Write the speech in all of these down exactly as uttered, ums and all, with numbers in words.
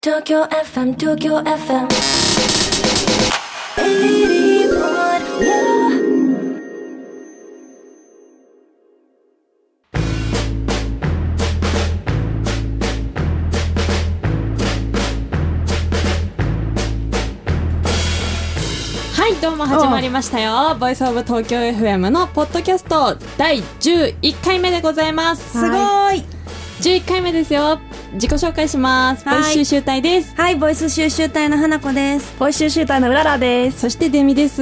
東京 エフエム 東京 エフエムはいどうも始まりましたよ。ボイスオブ東京 エフエム のポッドキャストだいじゅういっかいめでございます。 すごいじゅういっかいめですよ。自己紹介します。ボイス収集隊です。 はい、ボイス収集隊の花子です。 ボイス収集隊のうららです。 そしてデミです。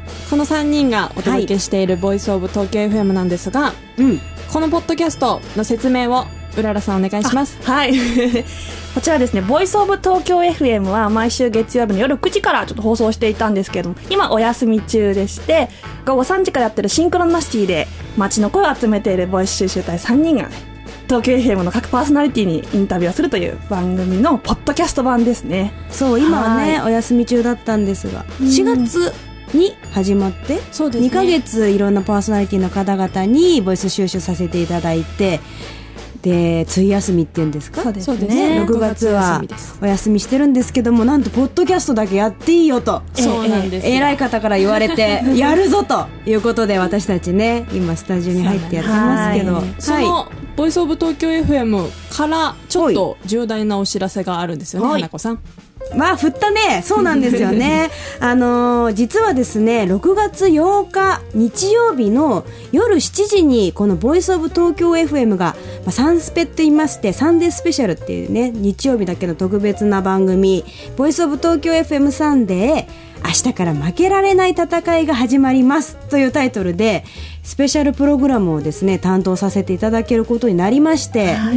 このさんにんがお届けしているボイスオブ東京 エフエム なんですが、うん、このポッドキャストの説明をうららさんお願いします。 はいこちらですね、ボイスオブ東京 エフエム は毎週月曜日の夜くじからちょっと放送していたんですけども、今お休み中でして、午後さんじからやってるシンクロナシティで街の声を集めているボイス収集隊さんにんがね、東京 エフエム の各パーソナリティにインタビューをするという番組のポッドキャスト版ですね。 そう今はねお休み中だったんですが、しがつに始まって、そうですね、にかげついろんなパーソナリティの方々にボイス収集させていただいて、で梅雨休みっていうんですか、 そうですね、 ろくがつはお休みしてるんですけども、なんとポッドキャストだけやっていいよと、 そうなんですよ、 偉い方から言われてやるぞということで、私たちね今スタジオに入ってやってますけど、はい、 そのボイスオブ東京 エフエム からちょっと重大なお知らせがあるんですよね、花子さん。 まあ振ったね。そうなんですよねあのー、実はですねろくがつようか日曜日の夜しちじにこのボイスオブ東京 エフエム が、まあ、サンスペって言いまして、サンデースペシャルっていうね日曜日だけの特別な番組、ボイスオブ東京 エフエム サンデー明日から負けられない戦いが始まりますというタイトルでスペシャルプログラムをですね担当させていただけることになりまして、はい、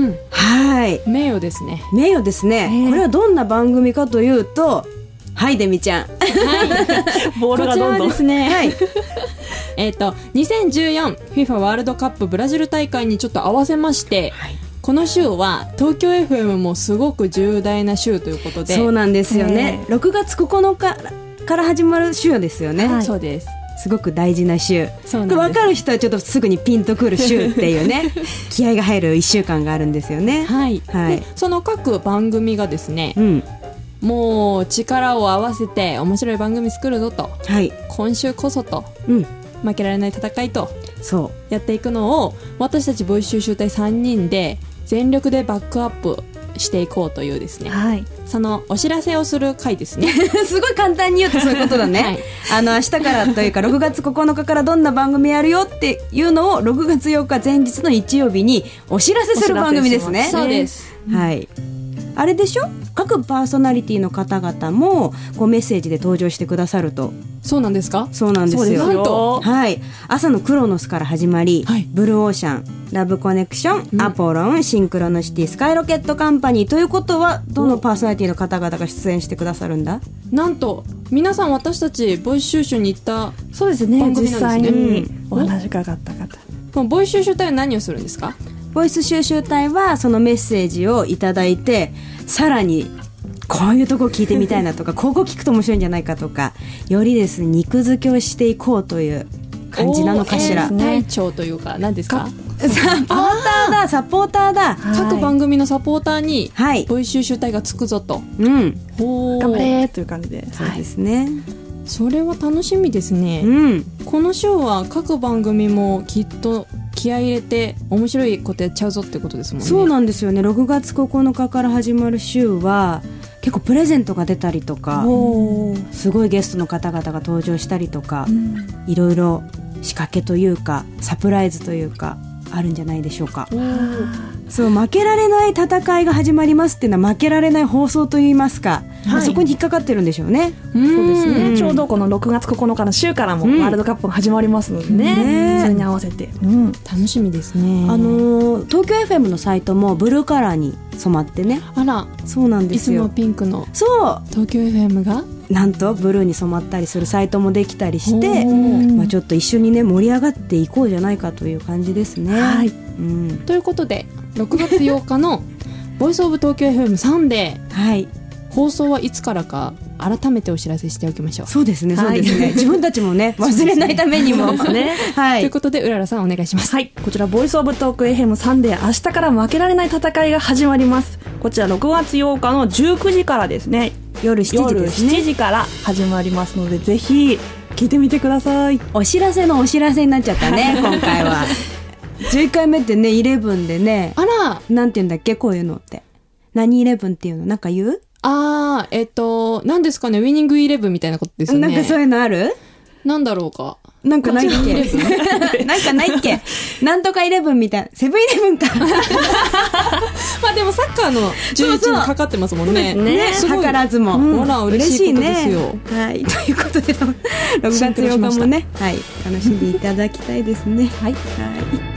はい、 名誉ですね。 名誉ですね、えー、これはどんな番組かというと、はいデミちゃん、はい、 ボールがどんどんこちらはですね、はいえっとにせんじゅうよん フィファ ワールドカップブラジル大会にちょっと合わせまして、はい、この週は東京 エフエム もすごく重大な週ということで、 そうなんですよね、えー、ろくがつここのかから始まる週ですよね、 はい、そうです。 すごく大事な週。 そうなんです。 分かる人はちょっとすぐにピンとくる週っていうね気合が入るいっしゅうかんがあるんですよね。 はい、はい、でその各番組がですね、うん、もう力を合わせて面白い番組作るぞと、はい、今週こそと、うん、負けられない戦いとそうやっていくのを私たちボイス収集隊さんにんで全力でバックアップしていこうというですね、はい、そのお知らせをする回ですねすごい簡単に言うとそういうことだね、はい、あの明日からというかろくがつここのかからどんな番組やるよっていうのをろくがつようか前日の日曜日にお知らせする番組ですね。 そうです、 はい、あれでしょ、各パーソナリティの方々もこうメッセージで登場してくださると。 そうなんですか。 そうなんですよ。 そうですよ、 はい、朝のクロノスから始まり、はい、ブルーオーシャン、ラブコネクション、うん、アポロン、シンクロノシティ、スカイロケットカンパニーということは、どのパーソナリティの方々が出演してくださるんだ。 なんと皆さん私たちボイス収集に行ったそうですね、 番組なんですね。 実際にお話伺った方、 このボイス収集隊は何をするんですか。 ボイス収集隊はそのメッセージをいただいて、さらにこういうとこ聞いてみたいなとかここ聞くと面白いんじゃないかとか、よりですね肉付けをしていこうという感じなのかしら。 隊長というか何ですか。 サポーターだサポーターだ、 各番組のサポーターにボイス収集隊がつくぞと、うん、 ほー頑張れという感じで。 そうですね、はい、 それは楽しみですね、うん、この週は各番組もきっと気合い入れて面白いことやっちゃうぞってことですもんね。 そうなんですよね。ろくがつここのかから始まる週は結構プレゼントが出たりとか、すごいゲストの方々が登場したりとか、うん、いろいろ仕掛けというかサプライズというかあるんじゃないでしょうか。そう、負けられない戦いが始まりますっていうのは負けられない放送といいますか、はい、そこに引っかかってるんでしょうね。 そうですね、ちょうどこのろくがつここのかの週からもワールドカップが始まりますのでね、うん、それに合わせて、うん、 楽しみですね。 あのー、東京 エフエム のサイトもブルーカラーに染まってね。 あら、 そうなんですよ。 いつもピンクのそう東京 エフエム がなんとブルーに染まったりするサイトもできたりして、まあ、ちょっと一緒にね盛り上がっていこうじゃないかという感じですね。はい、 うん、ということでろくがつようかのボイスオブ東京 エフエム サンデー、はい、放送はいつからか改めてお知らせしておきましょう。 そうですね、そうですね、はい、自分たちもね忘れないためにもね、 はい、ということでうららさんお願いします。 はい、こちらボイスオブトーク エフエム サンデー、明日から負けられない戦いが始まります。 こちらろくがつようかのじゅうくじからですね。 夜しちじですね。 夜しちじから始まりますので、ぜひ聞いてみてください。 お知らせのお知らせになっちゃったね今回は。じゅういっかいめってね、イレブンでね、 あら、 なんて言うんだっけ、こういうのって。何イレブンっていうのなんか言う？ あー、えっと、何ですかね、ウィニングイレブンみたいなことですよね。 なんかそういうのある？ なんだろうか。 なんかないっけなんかないっけなんとかイレブンみたいな。セブンイレブンか。 まあでもサッカーのじゅういちにかかってますもんね。 そうそうね。 すごい図らずも。 うん、ほら、嬉しいことですよ。 ね、はい。ということで、ろくがつようかもね、はい。楽しんでいただきたいですね。 はい。 はい。